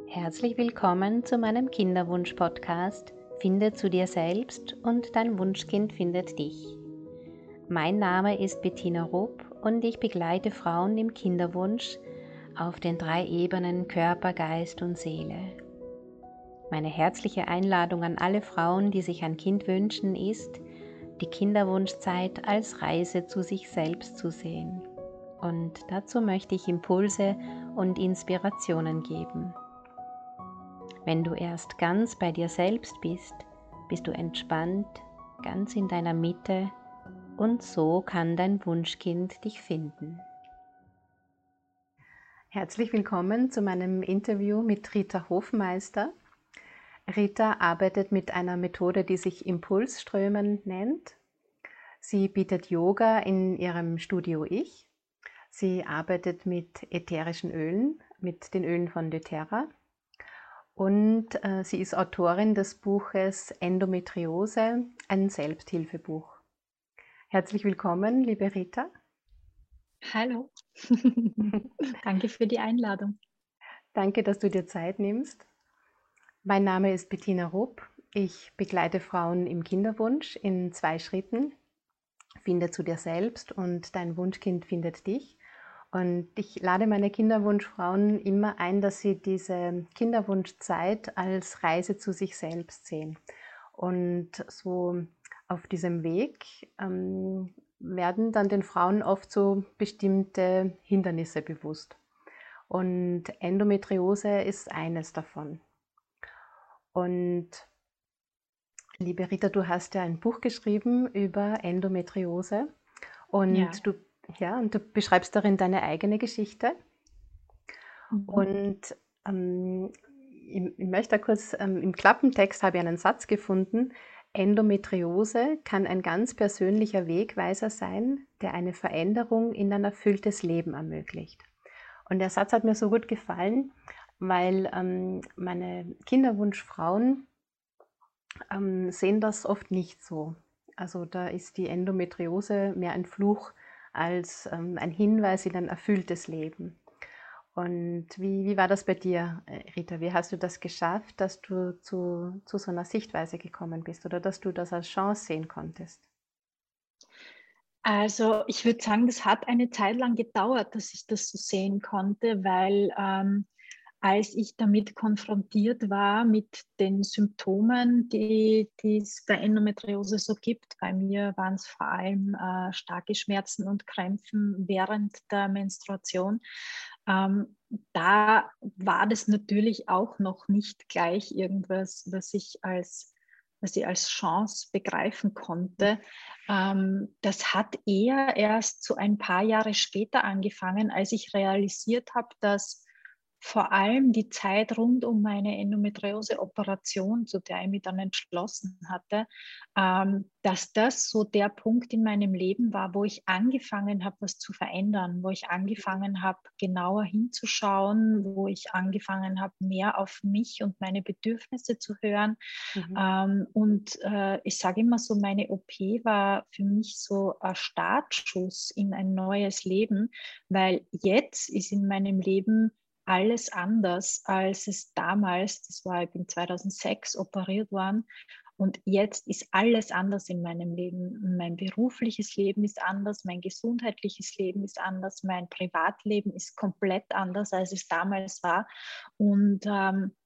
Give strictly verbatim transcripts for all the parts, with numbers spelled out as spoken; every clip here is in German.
Herzlich willkommen zu meinem Kinderwunsch-Podcast Finde zu dir selbst und dein Wunschkind findet dich. Mein Name ist Bettina Rupp und ich begleite Frauen im Kinderwunsch auf den drei Ebenen Körper, Geist und Seele. Meine herzliche Einladung an alle Frauen, die sich ein Kind wünschen, ist, die Kinderwunschzeit als Reise zu sich selbst zu sehen. Und dazu möchte ich Impulse und Inspirationen geben. Wenn du erst ganz bei dir selbst bist, bist du entspannt, ganz in deiner Mitte und so kann dein Wunschkind dich finden. Herzlich willkommen zu meinem Interview mit Rita Hofmeister. Rita arbeitet mit einer Methode, die sich Impulsströmen nennt. Sie bietet Yoga in ihrem Studio Ich. Sie arbeitet mit ätherischen Ölen, mit den Ölen von doTERRA. Und äh, sie ist Autorin des Buches Endometriose, ein Selbsthilfebuch. Herzlich willkommen, liebe Rita. Hallo, danke für die Einladung. Danke, dass du dir Zeit nimmst. Mein Name ist Bettina Rupp. Ich begleite Frauen im Kinderwunsch in zwei Schritten. Finde zu dir selbst und dein Wunschkind findet dich. Und ich lade meine Kinderwunschfrauen immer ein, dass sie diese Kinderwunschzeit als Reise zu sich selbst sehen. Und so auf diesem Weg ähm, werden dann den Frauen oft so bestimmte Hindernisse bewusst. Und Endometriose ist eines davon. Und liebe Rita, du hast ja ein Buch geschrieben über Endometriose. Ja. Und du, ja, und du beschreibst darin deine eigene Geschichte. Mhm. Und ähm, ich, ich möchte da kurz, ähm, im Klappentext habe ich einen Satz gefunden. Endometriose kann ein ganz persönlicher Wegweiser sein, der eine Veränderung in ein erfülltes Leben ermöglicht. Und der Satz hat mir so gut gefallen, weil ähm, meine Kinderwunschfrauen ähm, sehen das oft nicht so. Also da ist die Endometriose mehr ein Fluch als ähm, ein Hinweis in ein erfülltes Leben. Und wie, wie war das bei dir, äh, Rita? Wie hast du das geschafft, dass du zu, zu so einer Sichtweise gekommen bist oder dass du das als Chance sehen konntest? Also, ich würde sagen, das hat eine Zeit lang gedauert, dass ich das so sehen konnte, weil, ähm, als ich damit konfrontiert war mit den Symptomen, die die es bei Endometriose so gibt, bei mir waren es vor allem, äh, starke Schmerzen und Krämpfen während der Menstruation. Ähm, da war das natürlich auch noch nicht gleich irgendwas, was ich als was ich als Chance begreifen konnte. Ähm, das hat eher erst so ein paar Jahre später angefangen, als ich realisiert habe, dass vor allem die Zeit rund um meine Endometriose-Operation, zu der ich mich dann entschlossen hatte, ähm, dass das so der Punkt in meinem Leben war, wo ich angefangen habe, was zu verändern, wo ich angefangen habe, genauer hinzuschauen, wo ich angefangen habe, mehr auf mich und meine Bedürfnisse zu hören. Mhm. Ähm, und äh, ich sage immer so, meine O P war für mich so ein Startschuss in ein neues Leben, weil jetzt ist in meinem Leben alles anders, als es damals, das war, ich bin zweitausendsechs operiert worden, und jetzt ist alles anders in meinem Leben. Mein berufliches Leben ist anders, mein gesundheitliches Leben ist anders, mein Privatleben ist komplett anders, als es damals war. Und ähm,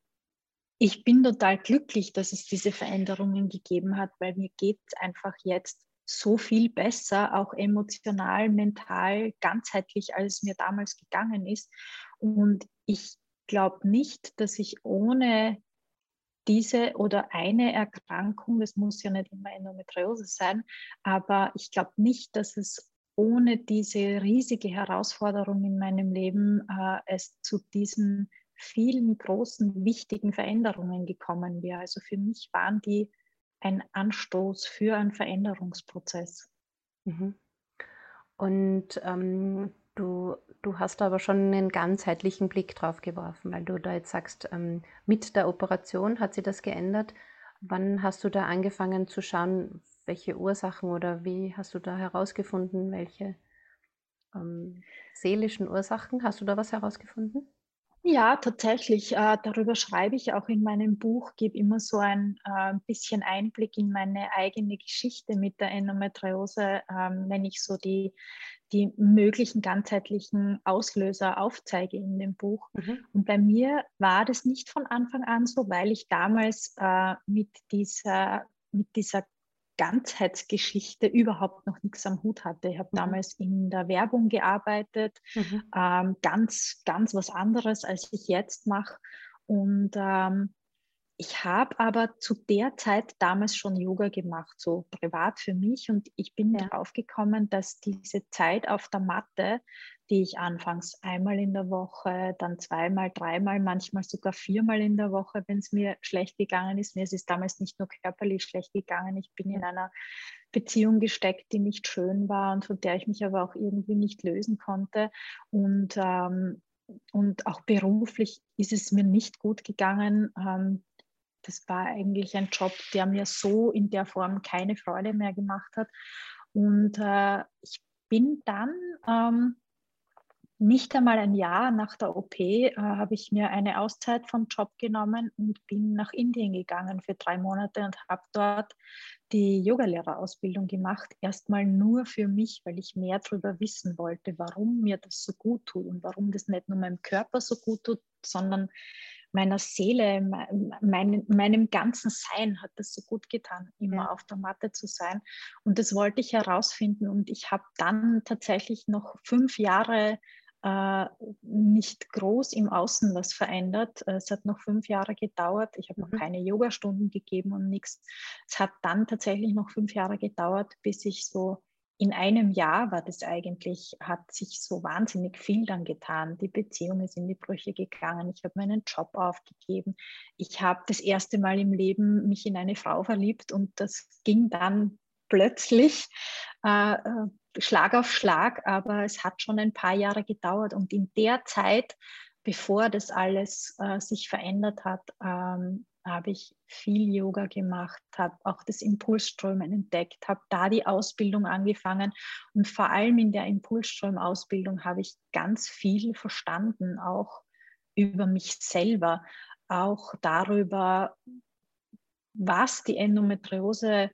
ich bin total glücklich, dass es diese Veränderungen gegeben hat, weil mir geht es einfach jetzt so viel besser, auch emotional, mental, ganzheitlich, als es mir damals gegangen ist. Und ich glaube nicht, dass ich ohne diese oder eine Erkrankung, das muss ja nicht immer Endometriose sein, aber ich glaube nicht, dass es ohne diese riesige Herausforderung in meinem Leben äh, es zu diesen vielen großen, wichtigen Veränderungen gekommen wäre. Also für mich waren die ein Anstoß für einen Veränderungsprozess. Mhm. Und ähm, du, du hast aber schon einen ganzheitlichen Blick drauf geworfen, weil du da jetzt sagst, ähm, mit der Operation hat sich das geändert. Wann hast du da angefangen zu schauen, welche Ursachen oder wie hast du da herausgefunden, welche ähm, seelischen Ursachen? Hast du da was herausgefunden? Ja, tatsächlich. Äh, darüber schreibe ich auch in meinem Buch, gebe immer so ein äh, bisschen Einblick in meine eigene Geschichte mit der Endometriose, ähm, wenn ich so die, die möglichen ganzheitlichen Auslöser aufzeige in dem Buch. Mhm. Und bei mir war das nicht von Anfang an so, weil ich damals äh, mit dieser, mit dieser Ganzheitsgeschichte überhaupt noch nichts am Hut hatte. Ich habe Mhm. damals in der Werbung gearbeitet, Mhm. ähm, ganz, ganz was anderes, als ich jetzt mache. Und ähm, ich habe aber zu der Zeit damals schon Yoga gemacht, so privat für mich. Und ich bin Ja. drauf gekommen, dass diese Zeit auf der Matte, die ich anfangs einmal in der Woche, dann zweimal, dreimal, manchmal sogar viermal in der Woche, wenn es mir schlecht gegangen ist. Mir ist es damals nicht nur körperlich schlecht gegangen. Ich bin Ja. in einer Beziehung gesteckt, die nicht schön war und von der ich mich aber auch irgendwie nicht lösen konnte. Und, ähm, und auch beruflich ist es mir nicht gut gegangen. Ähm, das war eigentlich ein Job, der mir so in der Form keine Freude mehr gemacht hat. Und äh, ich bin dann ähm, nicht einmal ein Jahr nach der O P äh, habe ich mir eine Auszeit vom Job genommen und bin nach Indien gegangen für drei Monate und habe dort die Yogalehrerausbildung gemacht. Erstmal nur für mich, weil ich mehr darüber wissen wollte, warum mir das so gut tut und warum das nicht nur meinem Körper so gut tut, sondern meiner Seele, mein, meinem ganzen Sein hat das so gut getan, Ja. immer auf der Matte zu sein. Und das wollte ich herausfinden. Und ich habe dann tatsächlich noch fünf Jahre äh, nicht groß im Außen was verändert. Es hat noch fünf Jahre gedauert. Ich habe noch Mhm. keine Yogastunden gegeben und nichts. Es hat dann tatsächlich noch fünf Jahre gedauert, bis ich so in einem Jahr war das eigentlich, hat sich so wahnsinnig viel dann getan. Die Beziehung ist in die Brüche gegangen. Ich habe meinen Job aufgegeben. Ich habe das erste Mal im Leben mich in eine Frau verliebt und das ging dann plötzlich äh, äh, Schlag auf Schlag, aber es hat schon ein paar Jahre gedauert und in der Zeit, bevor das alles äh, sich verändert hat, ähm, habe ich viel Yoga gemacht, habe auch das Impulsströmen entdeckt, habe da die Ausbildung angefangen und vor allem in der Impulsström-Ausbildung habe ich ganz viel verstanden, auch über mich selber, auch darüber, was die Endometriose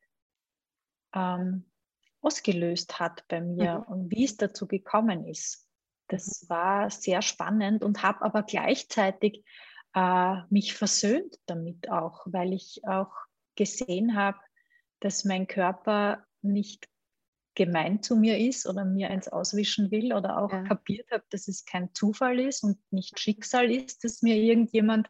ähm, ausgelöst hat bei Mhm. mir und wie es dazu gekommen ist. Mhm. Das war sehr spannend und habe aber gleichzeitig äh, mich versöhnt damit auch, weil ich auch gesehen habe, dass mein Körper nicht gemein zu mir ist oder mir eins auswischen will oder auch Ja. kapiert habe, dass es kein Zufall ist und nicht Schicksal ist, dass mir irgendjemand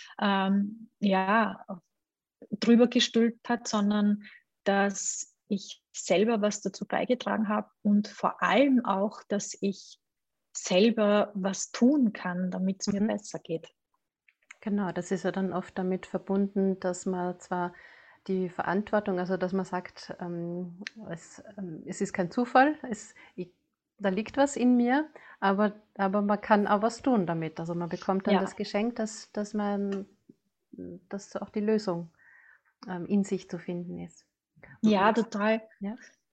ähm, ja, drüber gestülpt hat, sondern dass ich selber was dazu beigetragen habe und vor allem auch, dass ich selber was tun kann, damit es mir Mhm. besser geht. Genau, das ist ja dann oft damit verbunden, dass man zwar die Verantwortung, also dass man sagt, ähm, es, ähm, es ist kein Zufall, es, ich, da liegt was in mir, aber, aber man kann auch was tun damit. Also man bekommt dann das Ja, Geschenk, dass, dass man, dass auch die Lösung ähm, in sich zu finden ist. Und ja, jetzt, total. ja.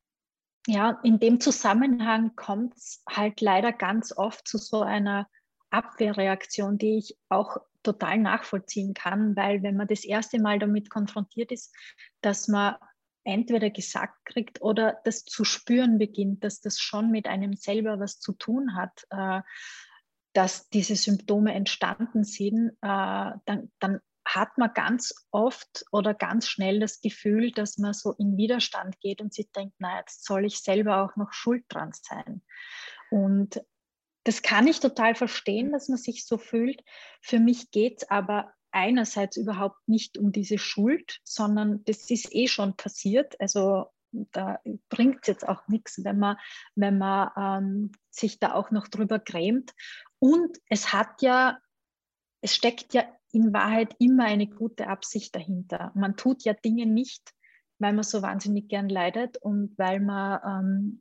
Ja, in dem Zusammenhang kommt es halt leider ganz oft zu so einer Abwehrreaktion, die ich auch total nachvollziehen kann, weil wenn man das erste Mal damit konfrontiert ist, dass man entweder gesagt kriegt oder das zu spüren beginnt, dass das schon mit einem selber was zu tun hat, äh, dass diese Symptome entstanden sind, äh, dann, dann hat man ganz oft oder ganz schnell das Gefühl, dass man so in Widerstand geht und sich denkt, na, jetzt soll ich selber auch noch schuld dran sein. Und das kann ich total verstehen, dass man sich so fühlt. Für mich geht es aber einerseits überhaupt nicht um diese Schuld, sondern das ist eh schon passiert. Also da bringt es jetzt auch nichts, wenn man, wenn man ähm, sich da auch noch drüber grämt. Und es hat ja, es steckt ja in Wahrheit immer eine gute Absicht dahinter. Man tut ja Dinge nicht, weil man so wahnsinnig gern leidet und weil man ähm,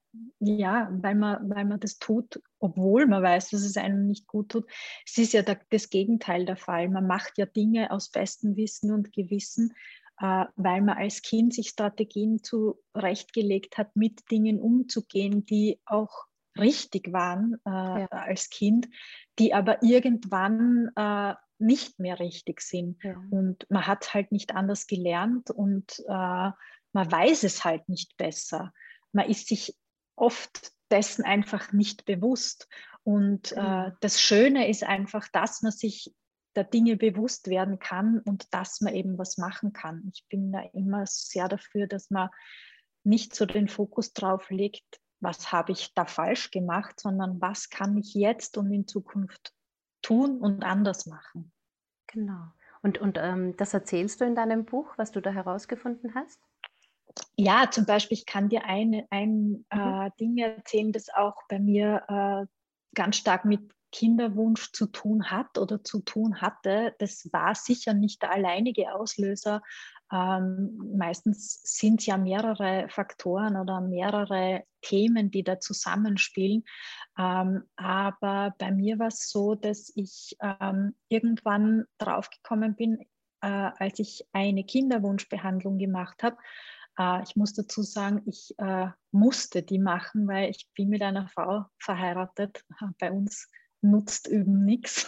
ja, weil man, weil man das tut, obwohl man weiß, dass es einem nicht gut tut. Es ist ja da, das Gegenteil der Fall. Man macht ja Dinge aus bestem Wissen und Gewissen, äh, weil man als Kind sich Strategien zurechtgelegt hat, mit Dingen umzugehen, die auch richtig waren äh, Ja, als Kind, die aber irgendwann äh, nicht mehr richtig sind. ja, Und man hat halt nicht anders gelernt und äh, man weiß es halt nicht besser. Man ist sich oft dessen einfach nicht bewusst. Und äh, genau. das Schöne ist einfach, dass man sich der Dinge bewusst werden kann und dass man eben was machen kann. Ich bin da immer sehr dafür, dass man nicht so den Fokus drauf legt, was habe ich da falsch gemacht, sondern was kann ich jetzt und in Zukunft tun und anders machen. Genau. Und und, ähm, das erzählst du in deinem Buch, was du da herausgefunden hast? Ja, zum Beispiel, ich kann dir eine, ein Mhm. äh, Ding erzählen, das auch bei mir äh, ganz stark mit Kinderwunsch zu tun hat oder zu tun hatte. Das war sicher nicht der alleinige Auslöser. Ähm, meistens sind es ja mehrere Faktoren oder mehrere Themen, die da zusammenspielen. Ähm, aber bei mir war es so, dass ich ähm, irgendwann draufgekommen bin, äh, als ich eine Kinderwunschbehandlung gemacht habe. Äh, ich muss dazu sagen, ich äh, musste die machen, weil ich bin mit einer Frau verheiratet. Bei uns nutzt Üben nichts.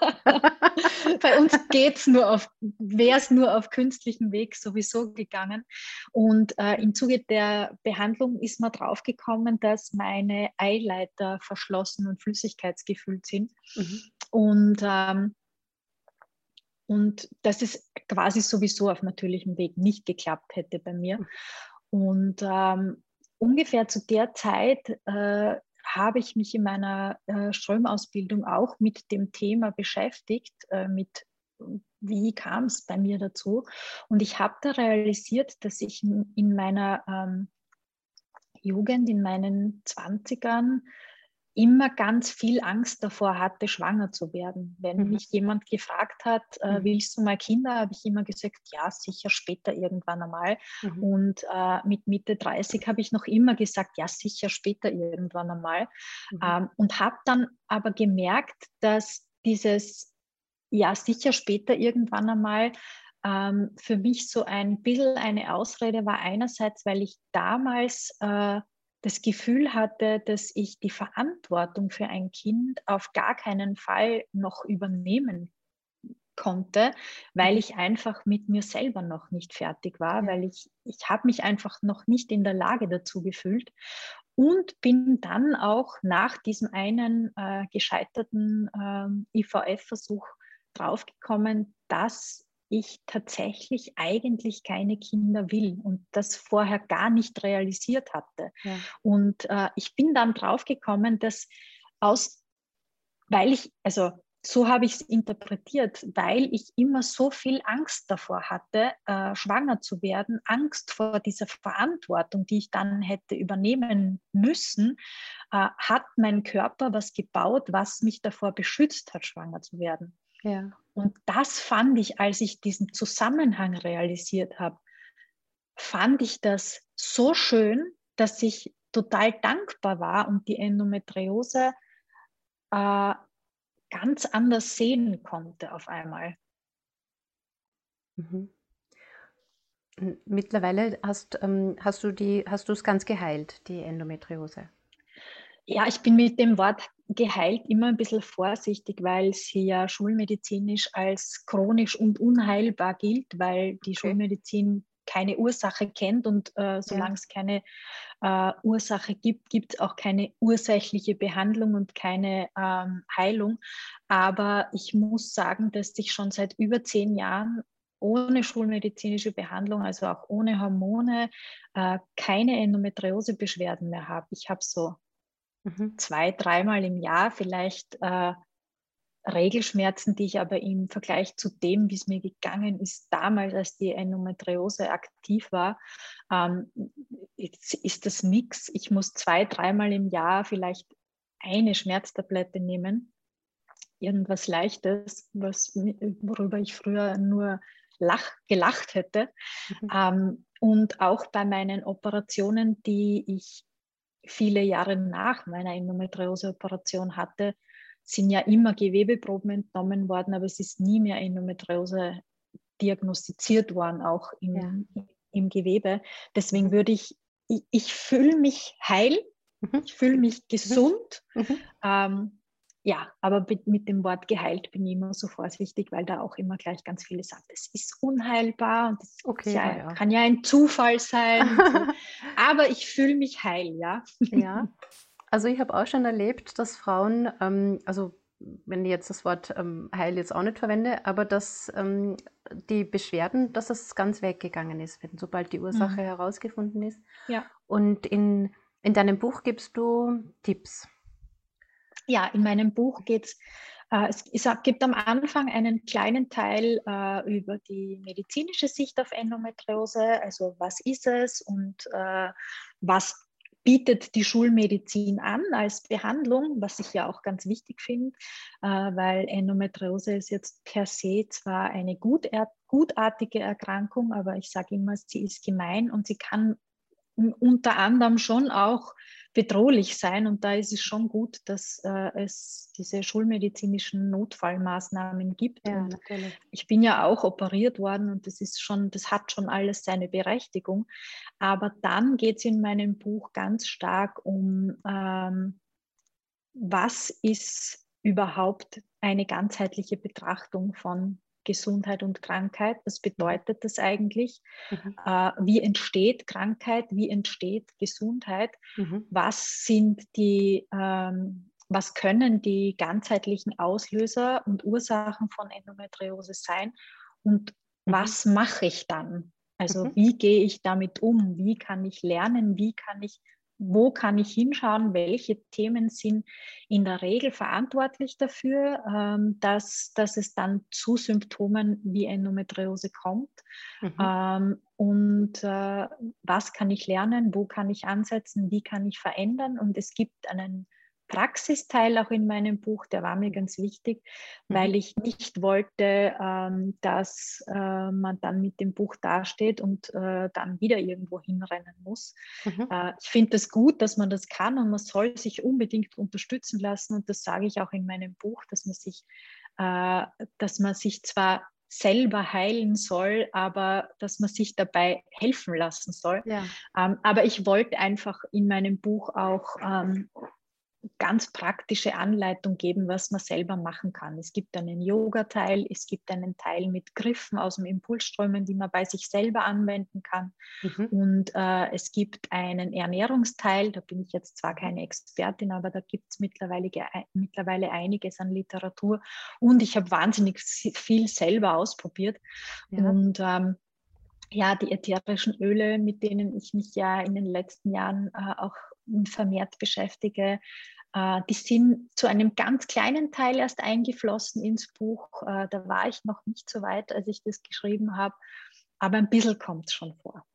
Bei uns geht's nur auf, wäre es nur auf künstlichem Weg sowieso gegangen. Und äh, im Zuge der Behandlung ist mir draufgekommen, dass meine Eileiter verschlossen und flüssigkeitsgefüllt sind. Mhm. Und ähm, und das ist quasi sowieso auf natürlichem Weg nicht geklappt hätte bei mir. Mhm. Und ähm, ungefähr zu der Zeit äh, habe ich mich in meiner äh, Strömausbildung auch mit dem Thema beschäftigt, äh, mit wie kam es bei mir dazu. Und ich habe da realisiert, dass ich in meiner ähm, Jugend, in meinen Zwanzigern, immer ganz viel Angst davor hatte, schwanger zu werden. Wenn Mhm. mich jemand gefragt hat, äh, Mhm. willst du mal Kinder, habe ich immer gesagt, ja, sicher später irgendwann einmal. Mhm. Und äh, mit Mitte dreißig habe ich noch immer gesagt, ja, sicher später irgendwann einmal. Mhm. Ähm, und habe dann aber gemerkt, dass dieses, ja, sicher später irgendwann einmal ähm, für mich so ein bisschen eine Ausrede war. Einerseits, weil ich damals äh, das Gefühl hatte, dass ich die Verantwortung für ein Kind auf gar keinen Fall noch übernehmen konnte, weil Mhm. ich einfach mit mir selber noch nicht fertig war, Ja. weil ich, ich habe mich einfach noch nicht in der Lage dazu gefühlt und bin dann auch nach diesem einen äh, gescheiterten ähm, I V F-Versuch draufgekommen, dass ich tatsächlich eigentlich keine Kinder will und das vorher gar nicht realisiert hatte. Ja. Und äh, ich bin dann draufgekommen, dass aus, weil ich, also so habe ich es interpretiert, weil ich immer so viel Angst davor hatte, äh, schwanger zu werden, Angst vor dieser Verantwortung, die ich dann hätte übernehmen müssen, äh, hat mein Körper was gebaut, was mich davor beschützt hat, schwanger zu werden. Ja. Und das fand ich, als ich diesen Zusammenhang realisiert habe, fand ich das so schön, dass ich total dankbar war und die Endometriose äh, ganz anders sehen konnte auf einmal. Mhm. Hm, mittlerweile hast ähm, hast du die hast du's ganz geheilt, die Endometriose? Ja, ich bin mit dem Wort geheilt immer ein bisschen vorsichtig, weil sie ja schulmedizinisch als chronisch und unheilbar gilt, weil die Okay. Schulmedizin keine Ursache kennt und äh, Ja. solange es keine äh, Ursache gibt, gibt es auch keine ursächliche Behandlung und keine ähm, Heilung. Aber ich muss sagen, dass ich schon seit über zehn Jahren ohne schulmedizinische Behandlung, also auch ohne Hormone, äh, keine Endometriose-Beschwerden mehr habe. Ich habe so Mhm. zwei, dreimal im Jahr vielleicht äh, Regelschmerzen, die ich aber im Vergleich zu dem, wie es mir gegangen ist, damals, als die Endometriose aktiv war, ähm, ist, ist das nichts. Ich muss zwei, dreimal im Jahr vielleicht eine Schmerztablette nehmen, irgendwas Leichtes, was, worüber ich früher nur lach, gelacht hätte. Mhm. Ähm, und auch bei meinen Operationen, die ich viele Jahre nach meiner Endometriose-Operation hatte, sind ja immer Gewebeproben entnommen worden, aber es ist nie mehr Endometriose diagnostiziert worden, auch Ja. im, im Gewebe. Deswegen Mhm. würde ich, ich, ich fühle mich heil, Mhm. Ich fühle mich Mhm. gesund. Mhm. Ähm, ja, aber mit, mit dem Wort geheilt bin ich immer so vorsichtig, weil da auch immer gleich ganz viele sagen, das ist unheilbar und das ist Okay, ah ja, ja. kann ja ein Zufall sein und so. Aber ich fühle mich heil, ja. Ja, also ich habe auch schon erlebt, dass Frauen, ähm, also wenn ich jetzt das Wort ähm, heil jetzt auch nicht verwende, aber dass ähm, die Beschwerden, dass das ganz weggegangen ist, wenn sobald die Ursache Mhm. herausgefunden ist. Ja. Und in, in deinem Buch gibst du Tipps. Ja, in meinem Buch geht's, äh, es, es gibt am Anfang einen kleinen Teil äh, über die medizinische Sicht auf Endometriose, also was ist es und äh, was bietet die Schulmedizin an als Behandlung, was ich ja auch ganz wichtig finde, äh, weil Endometriose ist jetzt per se zwar eine gut, gutartige Erkrankung, aber ich sage immer, sie ist gemein und sie kann unter anderem schon auch bedrohlich sein. Und da ist es schon gut, dass äh, es diese schulmedizinischen Notfallmaßnahmen gibt. Ja, Und natürlich. ich bin ja auch operiert worden und das ist schon, das hat schon alles seine Berechtigung. Aber dann geht es in meinem Buch ganz stark um, ähm, was ist überhaupt eine ganzheitliche Betrachtung von Gesundheit und Krankheit? Was Mhm. bedeutet das eigentlich? Mhm. Äh, wie entsteht Krankheit? Wie entsteht Gesundheit? Mhm. Was sind die, ähm, was können die ganzheitlichen Auslöser und Ursachen von Endometriose sein? Und Mhm. was mache ich dann? Also Mhm. wie gehe ich damit um? Wie kann ich lernen? Wie kann ich, wo kann ich hinschauen? Welche Themen sind in der Regel verantwortlich dafür, ähm, dass, dass es dann zu Symptomen wie Endometriose kommt? Mhm. Ähm, und äh, was kann ich lernen? Wo kann ich ansetzen? Wie kann ich verändern? Und es gibt einen Praxisteil auch in meinem Buch, der war mir ganz wichtig, Mhm. weil ich nicht wollte, ähm, dass äh, man dann mit dem Buch dasteht und äh, dann wieder irgendwo hinrennen muss. Mhm. Äh, ich finde es das gut, dass man das kann und man soll sich unbedingt unterstützen lassen. Und das sage ich auch in meinem Buch, dass man sich, äh, dass man sich zwar selber heilen soll, aber dass man sich dabei helfen lassen soll. Ja. Ähm, aber ich wollte einfach in meinem Buch auch ähm, ganz praktische Anleitung geben, was man selber machen kann. Es gibt einen Yoga-Teil, es gibt einen Teil mit Griffen aus dem Impulsströmen, die man bei sich selber anwenden kann. Mhm. Und äh, es gibt einen Ernährungsteil, da bin ich jetzt zwar Mhm. keine Expertin, aber da gibt es mittlerweile, mittlerweile einiges an Literatur. Und ich habe wahnsinnig viel selber ausprobiert. Ja. Und ähm, ja, die ätherischen Öle, mit denen ich mich ja in den letzten Jahren äh, auch vermehrt beschäftige, äh, die sind zu einem ganz kleinen Teil erst eingeflossen ins Buch. Äh, da war ich noch nicht so weit, als ich das geschrieben habe, aber ein bisschen kommt es schon vor.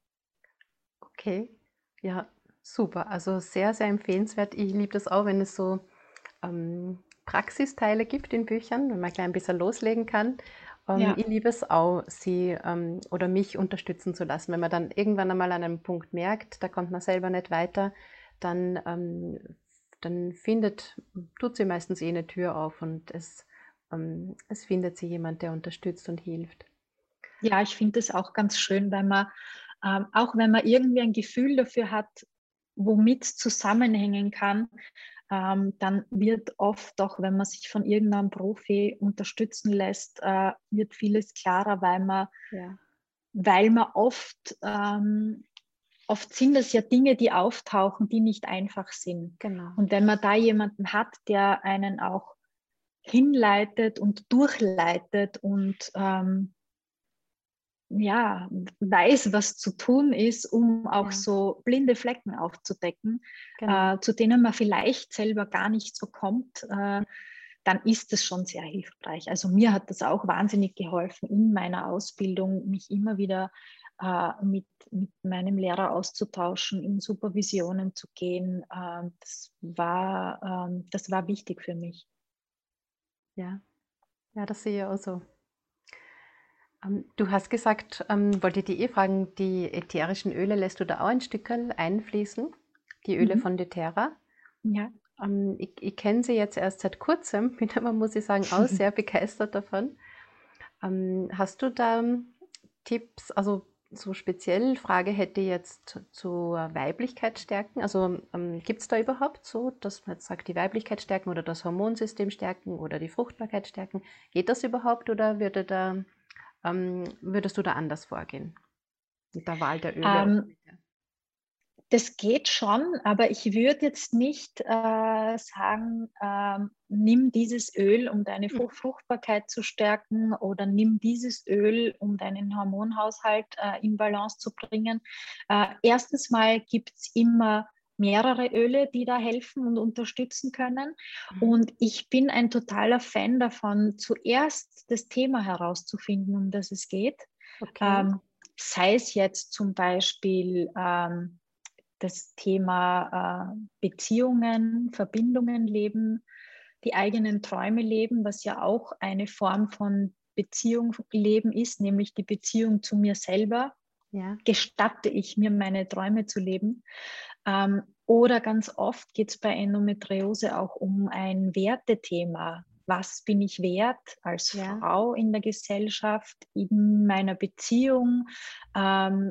Okay. Ja, super. Also sehr, sehr empfehlenswert. Ich liebe das auch, wenn es so ähm, Praxisteile gibt in Büchern, wenn man gleich ein bisschen loslegen kann. Ähm, Ja. ich liebe es auch, sie ähm, oder mich unterstützen zu lassen. Wenn man dann irgendwann einmal an einem Punkt merkt, da kommt man selber nicht weiter, dann, ähm, dann findet, tut sie meistens eh eine Tür auf und es, ähm, es findet sie jemand, der unterstützt und hilft. Ja, ich finde es auch ganz schön, weil man, ähm, auch wenn man irgendwie ein Gefühl dafür hat, womit es zusammenhängen kann, ähm, dann wird oft auch, wenn man sich von irgendeinem Profi unterstützen lässt, äh, wird vieles klarer, weil man, Ja, weil man oft, ähm, oft sind es ja Dinge, die auftauchen, die nicht einfach sind. genau. Und wenn man da jemanden hat, der einen auch hinleitet und durchleitet und ähm, ja, weiß, was zu tun ist, um auch Ja, so blinde Flecken aufzudecken, genau. äh, zu denen man vielleicht selber gar nicht so kommt, äh, dann ist es schon sehr hilfreich. Also mir hat das auch wahnsinnig geholfen in meiner Ausbildung, mich immer wieder äh, mit, mit meinem Lehrer auszutauschen, in Supervisionen zu gehen. Äh, das war, ähm, das war wichtig für mich. Ja, ja, das sehe ich auch so. Ähm, du hast gesagt, ähm, wollte ich dich eh fragen, die ätherischen Öle lässt du da auch ein Stückerl einfließen? Die Öle Mhm. von doTERRA? Ja. Ähm, ich ich kenne sie jetzt erst seit Kurzem, bin aber, muss ich sagen, auch sehr begeistert davon. Ähm, hast du da Tipps? Also so speziell Frage hätte jetzt zu Weiblichkeit stärken. Also ähm, gibt es da überhaupt so, dass man jetzt sagt, die Weiblichkeit stärken oder das Hormonsystem stärken oder die Fruchtbarkeit stärken? Geht das überhaupt oder würde da, ähm, würdest du da anders vorgehen mit der Wahl der Öle? Ähm, Das geht schon, aber ich würde jetzt nicht äh, sagen, ähm, nimm dieses Öl, um deine Mhm. Frucht Fruchtbarkeit zu stärken, oder nimm dieses Öl, um deinen Hormonhaushalt äh, in Balance zu bringen. Äh, erstens mal gibt es immer mehrere Öle, die da helfen und unterstützen können. Mhm. Und ich bin ein totaler Fan davon, zuerst das Thema herauszufinden, um das es geht. Okay, Ähm, sei es jetzt zum Beispiel ähm, das Thema äh, Beziehungen, Verbindungen leben, die eigenen Träume leben, was ja auch eine Form von Beziehung leben ist, nämlich die Beziehung zu mir selber. ja, Gestatte ich mir, meine Träume zu leben? Ähm, oder ganz oft geht es bei Endometriose auch um ein Wertethema. Was bin ich wert als ja, Frau in der Gesellschaft, in meiner Beziehung? Ähm,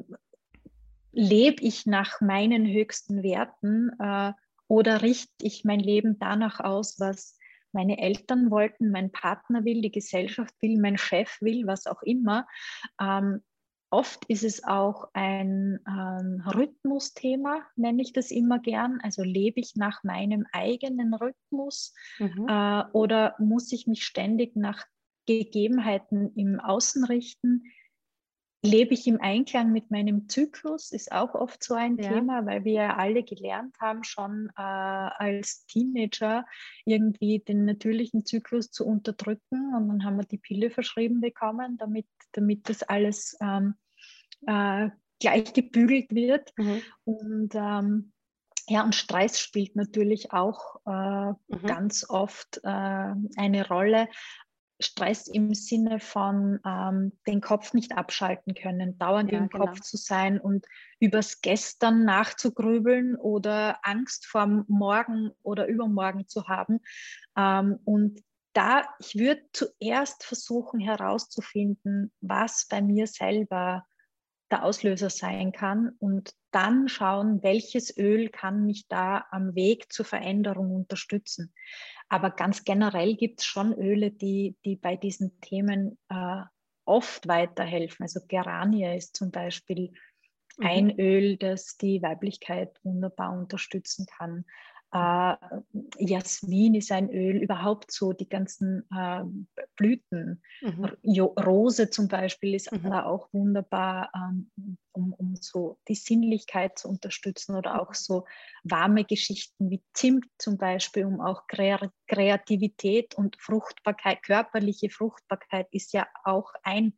lebe ich nach meinen höchsten Werten äh, oder richte ich mein Leben danach aus, was meine Eltern wollten, mein Partner will, die Gesellschaft will, mein Chef will, was auch immer. Ähm, oft ist es auch ein ähm, Rhythmusthema, nenne ich das immer gern. Also lebe ich nach meinem eigenen Rhythmus mhm. äh, oder muss ich mich ständig nach Gegebenheiten im Außen richten? Lebe ich im Einklang mit meinem Zyklus, ist auch oft so ein Ja, Thema, weil wir ja alle gelernt haben, schon äh, als Teenager irgendwie den natürlichen Zyklus zu unterdrücken. Und dann haben wir die Pille verschrieben bekommen, damit, damit das alles ähm, äh, gleich gebügelt wird. mhm. Und ähm, ja, und Stress spielt natürlich auch äh, Mhm. ganz oft äh, eine Rolle. Stress im Sinne von ähm, den Kopf nicht abschalten können, dauernd Ja, im genau. Kopf zu sein und übers Gestern nachzugrübeln oder Angst vor Morgen oder Übermorgen zu haben. Ähm, und da, ich würde zuerst versuchen herauszufinden, was bei mir selber der Auslöser sein kann, und dann schauen, welches Öl kann mich da am Weg zur Veränderung unterstützen. Aber ganz generell gibt es schon Öle, die, die bei diesen Themen äh, oft weiterhelfen. Also Geranie ist zum Beispiel Mhm. ein Öl, das die Weiblichkeit wunderbar unterstützen kann. Äh, Jasmin ist ein Öl, überhaupt so die ganzen äh, Blüten. Mhm. Jo Rose zum Beispiel ist äh, Mhm. auch wunderbar, ähm, um, um so die Sinnlichkeit zu unterstützen, oder auch Mhm. so warme Geschichten wie Zimt zum Beispiel, um auch Kre Kreativität und Fruchtbarkeit, körperliche Fruchtbarkeit ist ja auch ein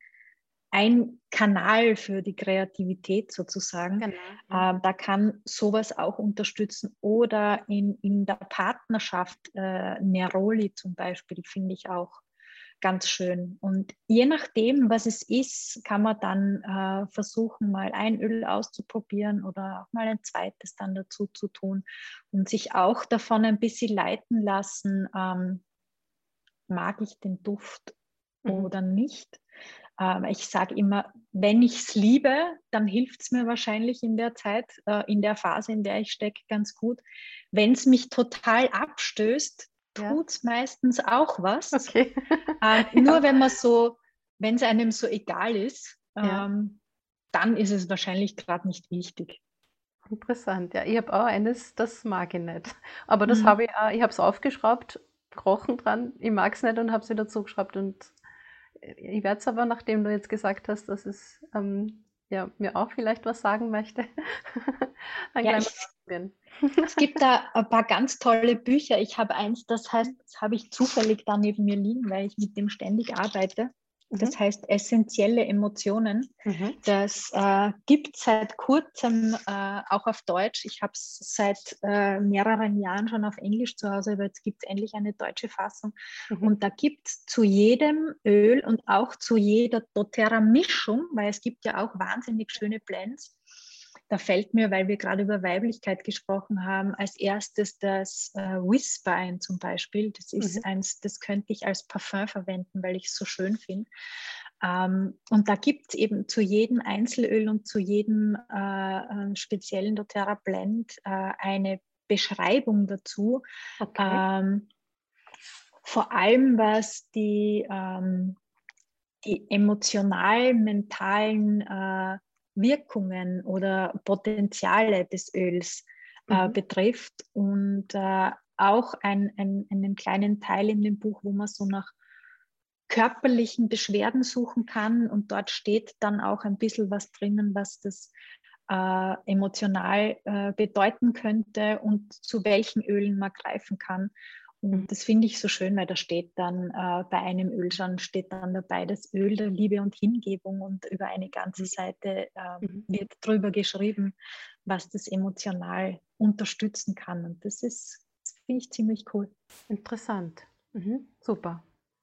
ein Kanal für die Kreativität sozusagen. Genau, ja. Ähm, da kann sowas auch unterstützen. Oder in, in der Partnerschaft, äh, Neroli zum Beispiel, finde ich auch ganz schön. Und je nachdem, was es ist, kann man dann äh, versuchen, mal ein Öl auszuprobieren oder auch mal ein zweites dann dazu zu tun und sich auch davon ein bisschen leiten lassen, ähm, mag ich den Duft Mhm. oder nicht. Ähm, ich sage immer, wenn ich es liebe, dann hilft es mir wahrscheinlich in der Zeit, äh, in der Phase, in der ich stecke, ganz gut. Wenn es mich total abstößt, Ja, tut es meistens auch was. okay. Ähm, Ja, nur wenn man so, wenn es einem so egal ist, ja, ähm, dann ist es wahrscheinlich gerade nicht wichtig. interessant. Ja, ich habe auch eines, das mag ich nicht. Aber das Mhm. habe ich auch, ich habe es aufgeschraubt, gerochen dran, ich mag es nicht und habe es wieder zugeschraubt. Und ich werde es aber, nachdem du jetzt gesagt hast, dass es ähm, ja, mir auch vielleicht was sagen möchte, dann Ja, gleich ich, mal ausprobieren. es gibt da ein paar ganz tolle Bücher. Ich habe eins, das heißt, das habe ich zufällig da neben mir liegen, weil ich mit dem ständig arbeite. Das Mhm. heißt Essentielle Emotionen. Mhm. Das äh, gibt es seit kurzem äh, auch auf Deutsch. Ich habe es seit äh, mehreren Jahren schon auf Englisch zu Hause, aber jetzt gibt es endlich eine deutsche Fassung. Mhm. Und da gibt es zu jedem Öl und auch zu jeder doTERRA-Mischung, weil es gibt ja auch wahnsinnig schöne Blends. Da fällt mir, weil wir gerade über Weiblichkeit gesprochen haben, als erstes das äh, Whisper ein zum Beispiel. Das Mhm. ist eins, das könnte ich als Parfum verwenden, weil ich es so schön finde. Ähm, und da gibt es eben zu jedem Einzelöl und zu jedem äh, äh, speziellen doTERRA Blend äh, eine Beschreibung dazu. Okay. Ähm, vor allem was die, ähm, die emotional-mentalen äh, Wirkungen oder Potenziale des Öls äh, Mhm. betrifft und äh, auch ein, ein, einen kleinen Teil in dem Buch, wo man so nach körperlichen Beschwerden suchen kann und dort steht dann auch ein bisschen was drinnen, was das äh, emotional äh, bedeuten könnte und zu welchen Ölen man greifen kann. Mhm. Und das finde ich so schön, weil da steht dann äh, bei einem Öl schon steht dann dabei das Öl der Liebe und Hingebung und über eine ganze Seite äh, Mhm. wird drüber geschrieben, was das emotional unterstützen kann. Und das ist, das finde ich ziemlich cool. Interessant. Mhm. Super.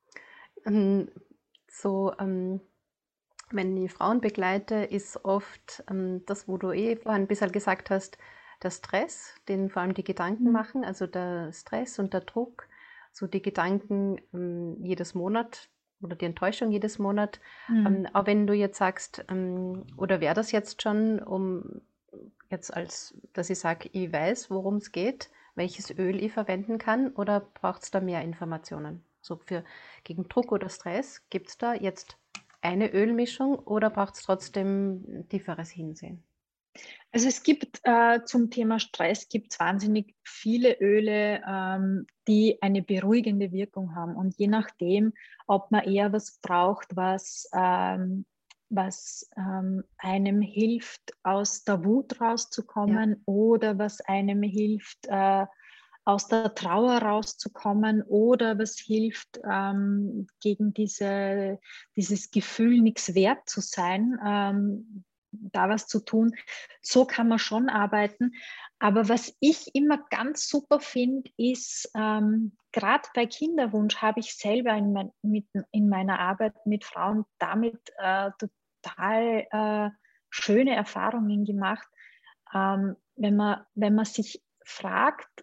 Ähm, so, ähm, wenn ich Frauen begleite, ist oft ähm, das, wo du eh vorhin ein bisschen gesagt hast, der Stress, den vor allem die Gedanken Mhm. machen, also der Stress und der Druck, so die Gedanken ähm, jedes Monat oder die Enttäuschung jedes Monat. Mhm. Ähm, auch wenn du jetzt sagst, ähm, oder wäre das jetzt schon, um jetzt als, dass ich sage, ich weiß, worum es geht, welches Öl ich verwenden kann, oder braucht es da mehr Informationen? So für gegen Druck oder Stress, gibt es da jetzt eine Ölmischung oder braucht es trotzdem tieferes Hinsehen? Also es gibt äh, zum Thema Stress gibt's wahnsinnig viele Öle, ähm, die eine beruhigende Wirkung haben. Und je nachdem, ob man eher was braucht, was, ähm, was ähm, einem hilft, aus der Wut Ja. rauszukommen oder was einem hilft, äh, aus der Trauer rauszukommen oder was hilft, ähm, gegen diese, dieses Gefühl, nichts wert zu sein, ähm, da was zu tun. So kann man schon arbeiten. Aber was ich immer ganz super finde, ist, ähm, gerade bei Kinderwunsch habe ich selber in, mein, mit, in meiner Arbeit mit Frauen damit äh, total äh, schöne Erfahrungen gemacht. Ähm, wenn, man, wenn man sich fragt,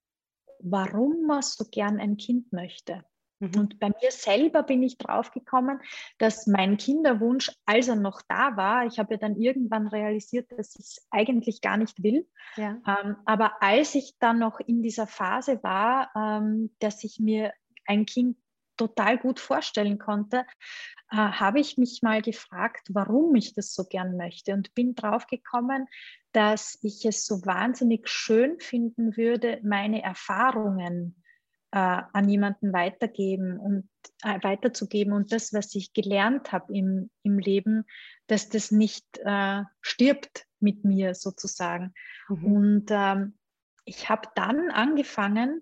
warum man so gern ein Kind möchte. Mhm. Und bei mir selber bin ich drauf gekommen, dass mein Kinderwunsch, als er noch da war, ich habe ja dann irgendwann realisiert, dass ich es eigentlich gar nicht will. Ja. Ähm, aber als ich dann noch in dieser Phase war, ähm, dass ich mir ein Kind total gut vorstellen konnte, äh, habe ich mich mal gefragt, warum ich das so gern möchte und bin drauf gekommen, dass ich es so wahnsinnig schön finden würde, meine Erfahrungen äh, an jemanden weitergeben und äh, weiterzugeben und das, was ich gelernt habe im, im Leben, dass das nicht äh, stirbt mit mir sozusagen. Mhm. Und ähm, ich habe dann angefangen,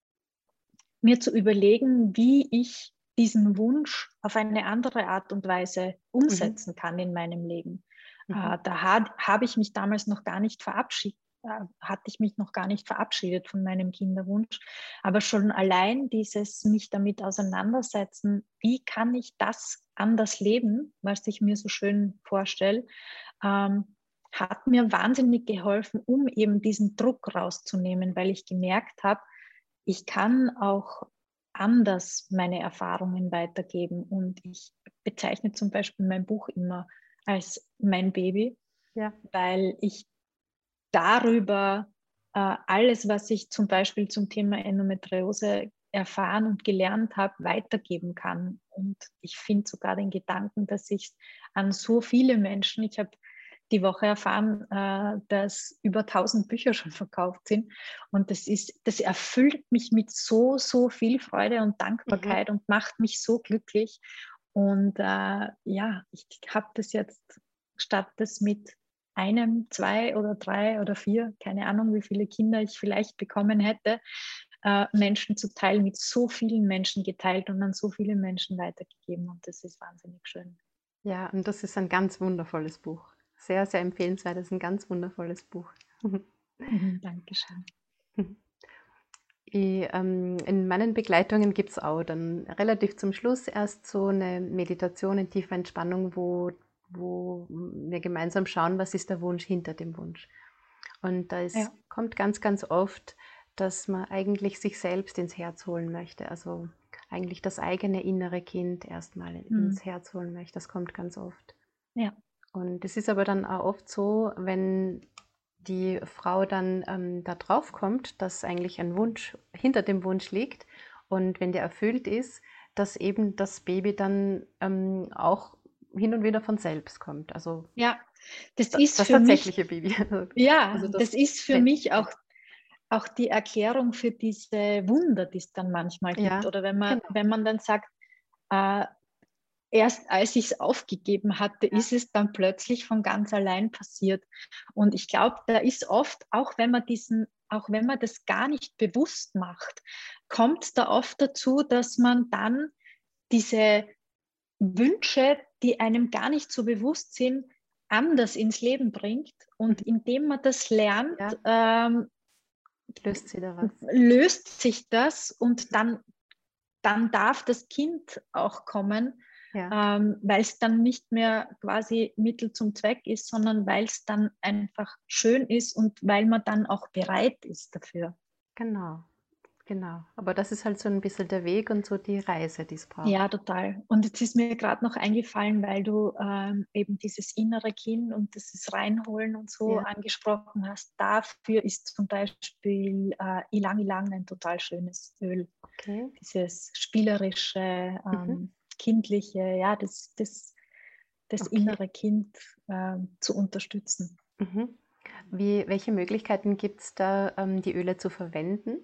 mir zu überlegen, wie ich diesen Wunsch auf eine andere Art und Weise Mhm. umsetzen kann in meinem Leben. Mhm. Äh, da ha habe ich mich damals noch gar nicht verabschiedet, äh, hatte ich mich noch gar nicht verabschiedet von meinem Kinderwunsch. Aber schon allein dieses mich damit auseinandersetzen, wie kann ich das anders leben, was ich mir so schön vorstelle, ähm, hat mir wahnsinnig geholfen, um eben diesen Druck rauszunehmen, weil ich gemerkt habe, ich kann auch anders meine Erfahrungen weitergeben. Und ich bezeichne zum Beispiel mein Buch immer als mein Baby, Ja. weil ich darüber äh, alles, was ich zum Beispiel zum Thema Endometriose erfahren und gelernt habe, weitergeben kann. Und ich finde sogar den Gedanken, dass ich an so viele Menschen, ich habe die Woche erfahren, äh, dass über tausend Bücher schon verkauft sind. Und das ist, das erfüllt mich mit so, so viel Freude und Mhm. Dankbarkeit und macht mich so glücklich. Und äh, ja, ich habe das jetzt, statt das mit einem, zwei oder drei oder vier, keine Ahnung, wie viele Kinder ich vielleicht bekommen hätte, äh, Menschen zu teilen, mit so vielen Menschen geteilt und an so viele Menschen weitergegeben. Und das ist wahnsinnig schön. Ja, und das ist ein ganz wundervolles Buch. Sehr, sehr empfehlenswert. Das ist ein ganz wundervolles Buch. Mhm, Dankeschön. Ich, ähm, in meinen Begleitungen gibt es auch dann relativ zum Schluss erst so eine Meditation in tiefer Entspannung, wo, wo wir gemeinsam schauen, was ist der Wunsch hinter dem Wunsch. Und da ist, Ja. kommt ganz, ganz oft, dass man eigentlich sich selbst ins Herz holen möchte. Also eigentlich das eigene innere Kind erstmal Mhm. ins Herz holen möchte. Das kommt ganz oft. Ja. Und es ist aber dann auch oft so, wenn die Frau dann ähm, da drauf kommt, dass eigentlich ein Wunsch hinter dem Wunsch liegt und wenn der erfüllt ist, dass eben das Baby dann ähm, auch hin und wieder von selbst kommt. Also Ja, das da- ist das für mich, tatsächliche Baby. ja, Also das das ist für mich Lebendige. auch, auch die Erklärung für diese Wunder, die es dann manchmal gibt. Ja, Oder wenn man, genau. wenn man dann sagt, äh, erst als ich es aufgegeben hatte, Ja. ist es dann plötzlich von ganz allein passiert. Und ich glaube, da ist oft, auch wenn man diesen, auch wenn man das gar nicht bewusst macht, kommt es da oft dazu, dass man dann diese Wünsche, die einem gar nicht so bewusst sind, anders ins Leben bringt. Und Mhm. indem man das lernt, Ja, ähm, löst sie da was. löst sich das und dann, dann darf das Kind auch kommen, Ja, ähm, weil es dann nicht mehr quasi Mittel zum Zweck ist, sondern weil es dann einfach schön ist und weil man dann auch bereit ist dafür. genau, genau. Aber das ist halt so ein bisschen der Weg und so die Reise, die es braucht. Ja, total. Und jetzt ist mir gerade noch eingefallen, weil du ähm, eben dieses innere Kind und dieses Reinholen und so Ja, angesprochen hast. Dafür ist zum Beispiel äh, Ylang Ylang ein total schönes Öl. okay. Dieses spielerische, Mhm. ähm, kindliche, ja, das, das, das Okay. innere Kind ähm, zu unterstützen. Mhm. Wie, welche Möglichkeiten gibt es da, ähm, die Öle zu verwenden?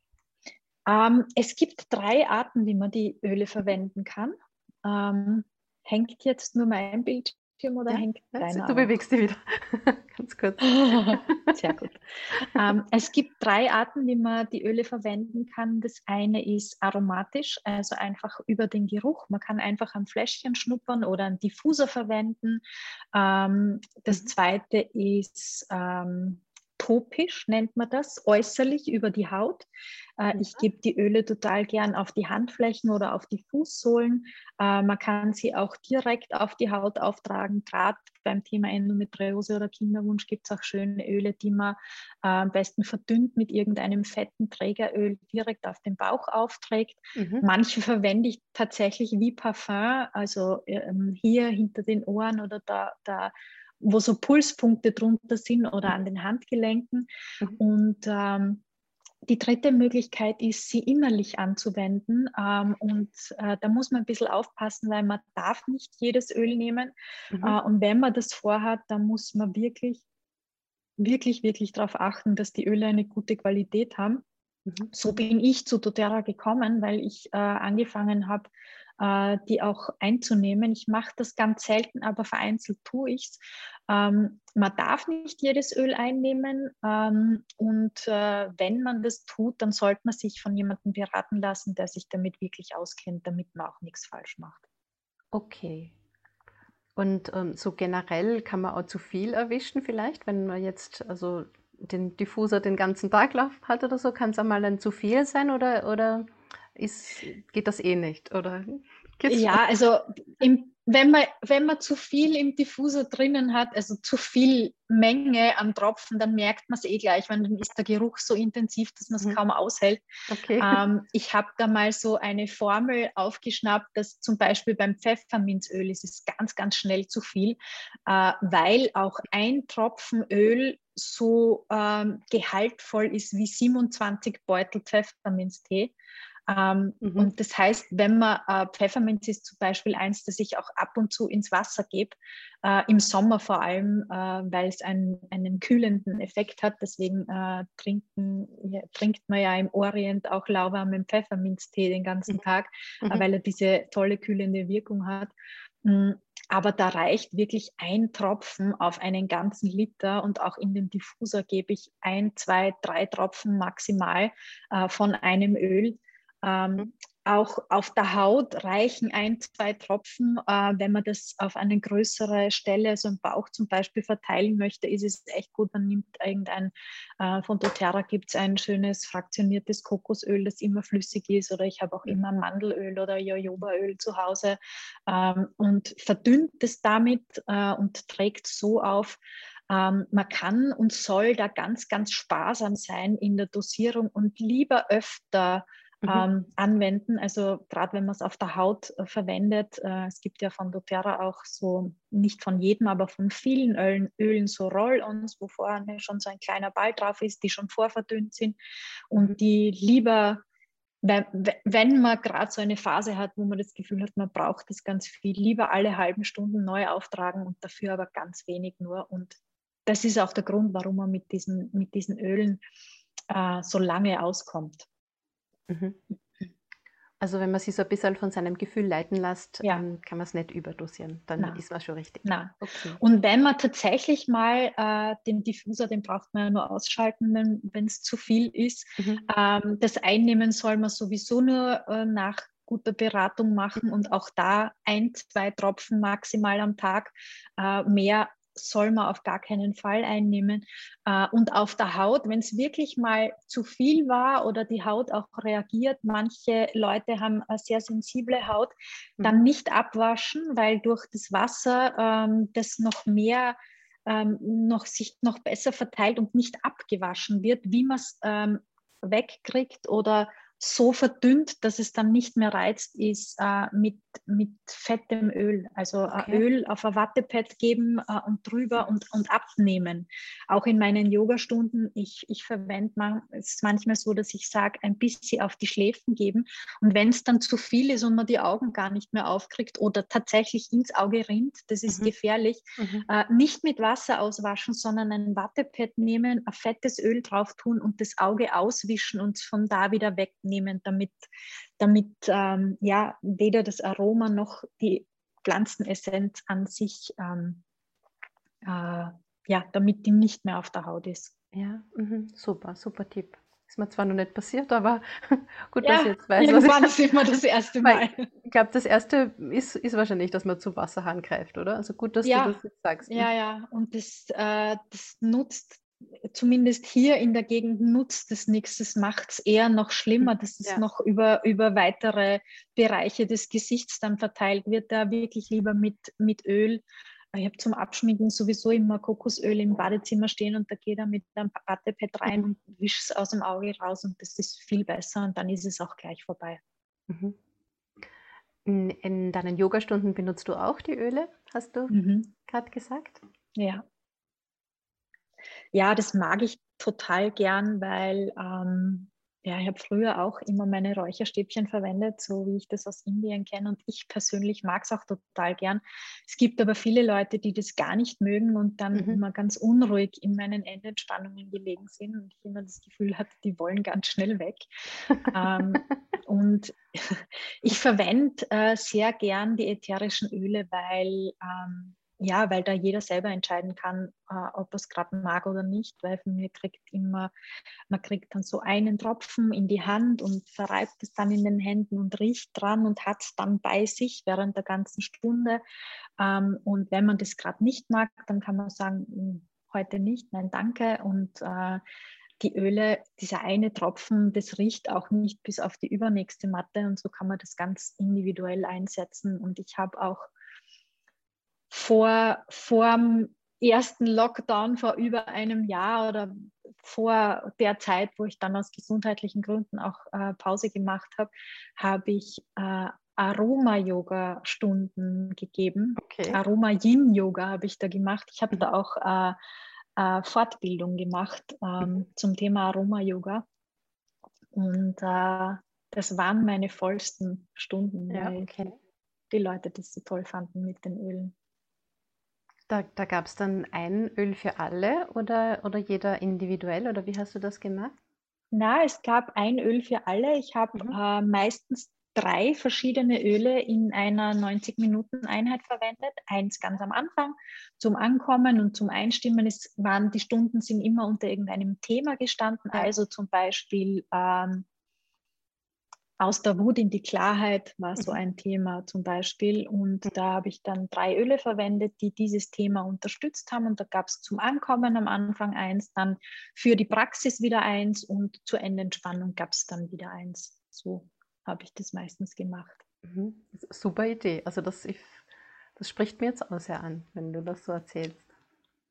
Ähm, es gibt drei Arten, wie man die Öle verwenden kann. Ähm, hängt jetzt nur mein Bildschirm oder Ja, hängt ja, deiner du auch? bewegst dich wieder. Ganz kurz. Sehr gut. Ähm, es gibt drei Arten, wie man die Öle verwenden kann. Das eine ist aromatisch, also einfach über den Geruch. Man kann einfach ein Fläschchen schnuppern oder einen Diffuser verwenden. Ähm, das Mhm. zweite ist ähm, topisch, nennt man das, äußerlich über die Haut. Äh, Ja. ich gebe die Öle total gern auf die Handflächen oder auf die Fußsohlen. Äh, man kann sie auch direkt auf die Haut auftragen. Gerade beim Thema Endometriose oder Kinderwunsch gibt es auch schöne Öle, die man äh, am besten verdünnt mit irgendeinem fetten Trägeröl direkt auf den Bauch aufträgt. Mhm. Manche verwende ich tatsächlich wie Parfum, also ähm, hier hinter den Ohren oder da, da, wo so Pulspunkte drunter sind oder an den Handgelenken. Mhm. Und ähm, die dritte Möglichkeit ist, sie innerlich anzuwenden. Ähm, und äh, da muss man ein bisschen aufpassen, weil man darf nicht jedes Öl nehmen. Mhm. Äh, und wenn man das vorhat, dann muss man wirklich, wirklich, wirklich darauf achten, dass die Öle eine gute Qualität haben. Mhm. So bin ich zu doTERRA gekommen, weil ich äh, angefangen habe, äh, die auch einzunehmen. Ich mache das ganz selten, aber vereinzelt tue ich es. Ähm, man darf nicht jedes Öl einnehmen ähm, und äh, wenn man das tut, dann sollte man sich von jemandem beraten lassen, der sich damit wirklich auskennt, damit man auch nichts falsch macht. Okay. Und ähm, so generell kann man auch zu viel erwischen vielleicht, wenn man jetzt also den Diffuser den ganzen Tag laufen hat oder so, kann es einmal dann zu viel sein oder, oder ist, geht das eh nicht? Oder geht's schon? Ja, also im, wenn, man, wenn man zu viel im Diffuser drinnen hat, also zu viel Menge an Tropfen, dann merkt man es eh gleich, weil dann ist der Geruch so intensiv, dass man es Mhm. kaum aushält. Okay. Ähm, ich habe da mal so eine Formel aufgeschnappt, dass zum Beispiel beim Pfefferminzöl ist es ganz, ganz schnell zu viel, äh, weil auch ein Tropfen Öl so ähm, gehaltvoll ist wie siebenundzwanzig Beutel Pfefferminztee. Ähm, Mhm. und das heißt, wenn man äh, Pfefferminz ist zum Beispiel eins, das ich auch ab und zu ins Wasser gebe, äh, im Sommer vor allem, äh, weil es einen, einen kühlenden Effekt hat. Deswegen äh, trinken, ja, trinkt man ja im Orient auch lauwarmen Pfefferminztee den ganzen Mhm. Tag, äh, Mhm. weil er diese tolle kühlende Wirkung hat. Mm, aber da reicht wirklich ein Tropfen auf einen ganzen Liter und auch in den Diffuser gebe ich ein, zwei, drei Tropfen maximal äh, von einem Öl. Ähm, auch auf der Haut reichen ein, zwei Tropfen. Äh, wenn man das auf eine größere Stelle, so im Bauch zum Beispiel, verteilen möchte, ist es echt gut. Man nimmt irgendein, äh, von doTERRA gibt es ein schönes fraktioniertes Kokosöl, das immer flüssig ist. Oder ich habe auch immer Mandelöl oder Jojobaöl zu Hause ähm, und verdünnt es damit äh, und trägt so auf. Ähm, man kann und soll da ganz, ganz sparsam sein in der Dosierung und lieber öfter Mhm. ähm, anwenden. Also gerade wenn man es auf der Haut äh, verwendet, äh, es gibt ja von doTERRA auch so, nicht von jedem, aber von vielen Ölen, Ölen so Roll-ons, wo vorne schon so ein kleiner Ball drauf ist, die schon vorverdünnt sind Mhm. und die lieber, wenn, wenn man gerade so eine Phase hat, wo man das Gefühl hat, man braucht das ganz viel, lieber alle halben Stunden neu auftragen und dafür aber ganz wenig nur. Und das ist auch der Grund, warum man mit diesen, mit diesen Ölen äh, so lange auskommt. Mhm. Also wenn man sich so ein bisschen von seinem Gefühl leiten lässt, Ja, ähm, kann man es nicht überdosieren. Dann na, ist man schon richtig. na. Okay. Und wenn man tatsächlich mal äh, den Diffuser, den braucht man ja nur ausschalten, wenn es zu viel ist. Mhm. Ähm, das Einnehmen soll man sowieso nur äh, nach guter Beratung machen und auch da ein, zwei Tropfen maximal am Tag. Äh, mehr soll man auf gar keinen Fall einnehmen. Äh, und auf der Haut, wenn es wirklich mal zu viel war oder die Haut auch reagiert, manche Leute haben eine sehr sensible Haut, dann Mhm. nicht abwaschen, weil durch das Wasser ähm, das noch mehr, ähm, noch, sich noch besser verteilt und nicht abgewaschen wird, wie man es ähm, wegkriegt oder so verdünnt, dass es dann nicht mehr reizt, ist äh, mit, mit fettem Öl. Also äh, Okay. Öl auf ein Wattepad geben äh, und drüber und, und abnehmen. Auch in meinen Yogastunden, ich, ich verwende man, es ist manchmal so, dass ich sage, ein bisschen auf die Schläfen geben. Und wenn es dann zu viel ist und man die Augen gar nicht mehr aufkriegt oder tatsächlich ins Auge rinnt, das ist Mhm. gefährlich, Mhm. äh, nicht mit Wasser auswaschen, sondern ein Wattepad nehmen, ein fettes Öl drauf tun und das Auge auswischen und von da wieder wegnehmen, damit, damit ähm, ja, weder das Aroma noch die Pflanzenessenz an sich, ähm, äh, ja, damit die nicht mehr auf der Haut ist. Ja, mhm. Super, super Tipp. Ist mir zwar noch nicht passiert, aber gut, dass ich Ja, jetzt weiß, was ich. irgendwann ist immer das erste Weil Mal. ich glaube, das Erste ist, ist wahrscheinlich, dass man zum Wasserhahn greift, oder? Also gut, dass du Ja, das jetzt sagst. ja, Mhm. ja. Und das, äh, das nutzt, zumindest hier in der Gegend nutzt es nichts. Das macht es eher noch schlimmer, dass es Ja. noch über, über weitere Bereiche des Gesichts dann verteilt wird. Da wirklich lieber mit, mit Öl. Ich habe zum Abschminken sowieso immer Kokosöl im Badezimmer stehen und da geht er mit einem Wattepad rein Mhm. und wischt es aus dem Auge raus und das ist viel besser und dann ist es auch gleich vorbei. Mhm. In, in deinen Yogastunden benutzt du auch die Öle, hast du Mhm. gerade gesagt? Ja. Ja, das mag ich total gern, weil ähm, ja, ich habe früher auch immer meine Räucherstäbchen verwendet, so wie ich das aus Indien kenne. Und ich persönlich mag es auch total gern. Es gibt aber viele Leute, die das gar nicht mögen und dann Mhm. immer ganz unruhig in meinen Endentspannungen gelegen sind und ich immer das Gefühl hatte, die wollen ganz schnell weg. Ähm, und ich verwende äh, sehr gern die ätherischen Öle, weil ähm, ja, weil da jeder selber entscheiden kann, äh, ob er es gerade mag oder nicht, weil von mir kriegt immer, man kriegt dann so einen Tropfen in die Hand und verreibt es dann in den Händen und riecht dran und hat es dann bei sich während der ganzen Stunde. Ähm, und wenn man das gerade nicht mag, dann kann man sagen, "Hm, heute nicht, nein, danke." Und äh, die Öle, dieser eine Tropfen, das riecht auch nicht bis auf die übernächste Matte und so kann man das ganz individuell einsetzen. Und ich habe auch vor, vor dem ersten Lockdown vor über einem Jahr oder vor der Zeit, wo ich dann aus gesundheitlichen Gründen auch äh, Pause gemacht habe, habe ich äh, Aroma-Yoga-Stunden gegeben. Okay. Aroma-Yin-Yoga habe ich da gemacht. Ich habe Mhm. da auch äh, äh, Fortbildung gemacht Mhm. ähm, zum Thema Aroma-Yoga. Und äh, das waren meine vollsten Stunden, Ja, weil okay. die, die Leute das so toll fanden mit den Ölen. Da, da gab es dann ein Öl für alle oder, oder jeder individuell oder wie hast du das gemacht? Na, es gab ein Öl für alle. Ich habe Mhm. äh, meistens drei verschiedene Öle in einer neunzig-Minuten-Einheit verwendet. Eins ganz am Anfang zum Ankommen und zum Einstimmen. Es waren, die Stunden sind immer unter irgendeinem Thema gestanden. Ja. Also zum Beispiel ähm, aus der Wut in die Klarheit war so Mhm. ein Thema zum Beispiel. Und da habe ich dann drei Öle verwendet, die dieses Thema unterstützt haben. Und da gab es zum Ankommen am Anfang eins, dann für die Praxis wieder eins und zur Endentspannung gab es dann wieder eins. So habe ich das meistens gemacht. Mhm. Super Idee. Also das, ich, das spricht mir jetzt auch sehr an, wenn du das so erzählst.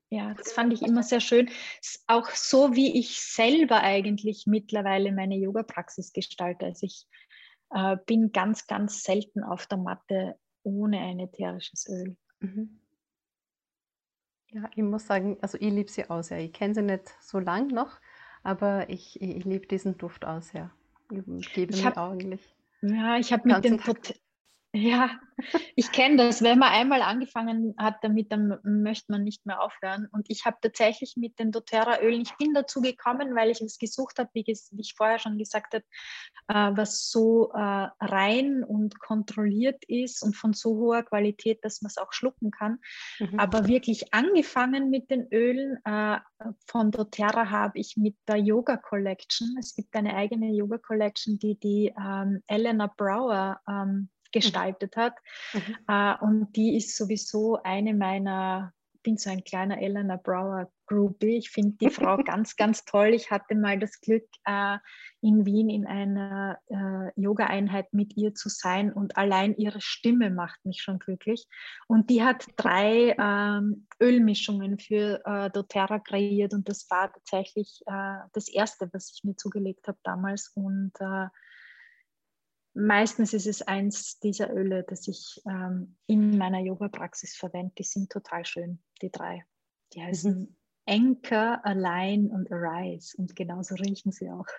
Ja, das fand ich immer sehr schön. S- Auch so, wie ich selber eigentlich mittlerweile meine Yoga-Praxis gestalte. Also ich äh, bin ganz, ganz selten auf der Matte ohne ein ätherisches Öl. Mhm. Ja, ich muss sagen, also ich liebe sie auch sehr. Ich kenne sie nicht so lang noch, aber ich, ich, ich liebe diesen Duft auch sehr. Ich gebe Ich mich habe eigentlich ja, ich hab den mit ganzen dem Tag. Tot Ja, ich kenne das. Wenn man einmal angefangen hat damit, dann möchte man nicht mehr aufhören. Und ich habe tatsächlich mit den doTERRA-Ölen, ich bin dazu gekommen, weil ich es gesucht habe, wie, wie ich vorher schon gesagt habe, äh, was so äh, rein und kontrolliert ist und von so hoher Qualität, dass man es auch schlucken kann. Mhm. Aber wirklich angefangen mit den Ölen äh, von doTERRA habe ich mit der Yoga Collection. Es gibt eine eigene Yoga Collection, die die ähm, Elena Brower ähm, Mhm. gestaltet hat. Mhm. Äh, und die ist sowieso eine meiner, ich bin so ein kleiner Elena Brower Groupie. Ich finde die Frau ganz, ganz toll. Ich hatte mal das Glück, äh, in Wien in einer äh, Yoga-Einheit mit ihr zu sein und allein ihre Stimme macht mich schon glücklich. Und die hat drei ähm, Ölmischungen für äh, doTERRA kreiert und das war tatsächlich äh, das erste, was ich mir zugelegt habe damals. Und äh, meistens ist es eins dieser Öle, das ich ähm, in meiner Yoga-Praxis verwende. Die sind total schön, die drei. Die Mhm. heißen Anchor, Align und Arise und genauso riechen sie auch.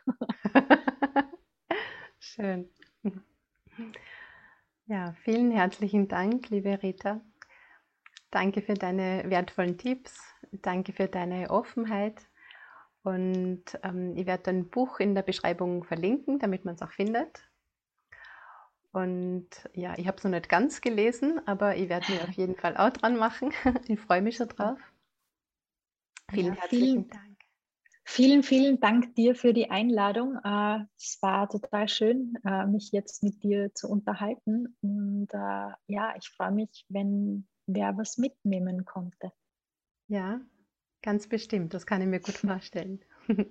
Schön. Ja, vielen herzlichen Dank, liebe Rita. Danke für deine wertvollen Tipps. Danke für deine Offenheit. Und ähm, ich werde dein Buch in der Beschreibung verlinken, damit man es auch findet. Und ja, ich habe es noch nicht ganz gelesen, aber ich werde mich auf jeden Fall auch dran machen. Ich freue mich schon drauf. Vielen Ja, herzlichen vielen, Dank. vielen, vielen Dank dir für die Einladung. Äh, es war total schön, äh, mich jetzt mit dir zu unterhalten. Und äh, ja, ich freue mich, wenn wer was mitnehmen konnte. Ja, ganz bestimmt. Das kann ich mir gut vorstellen.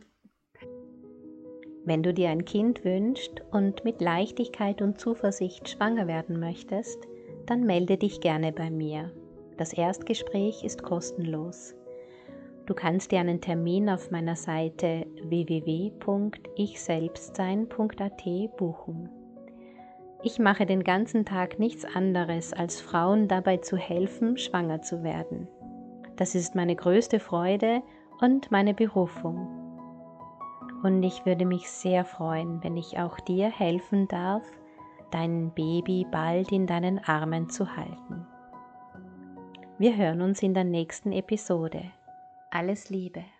Wenn du dir ein Kind wünschst und mit Leichtigkeit und Zuversicht schwanger werden möchtest, dann melde dich gerne bei mir. Das Erstgespräch ist kostenlos. Du kannst dir einen Termin auf meiner Seite w w w punkt ich selbstsein punkt a t buchen. Ich mache den ganzen Tag nichts anderes, als Frauen dabei zu helfen, schwanger zu werden. Das ist meine größte Freude und meine Berufung. Und ich würde mich sehr freuen, wenn ich auch dir helfen darf, dein Baby bald in deinen Armen zu halten. Wir hören uns in der nächsten Episode. Alles Liebe.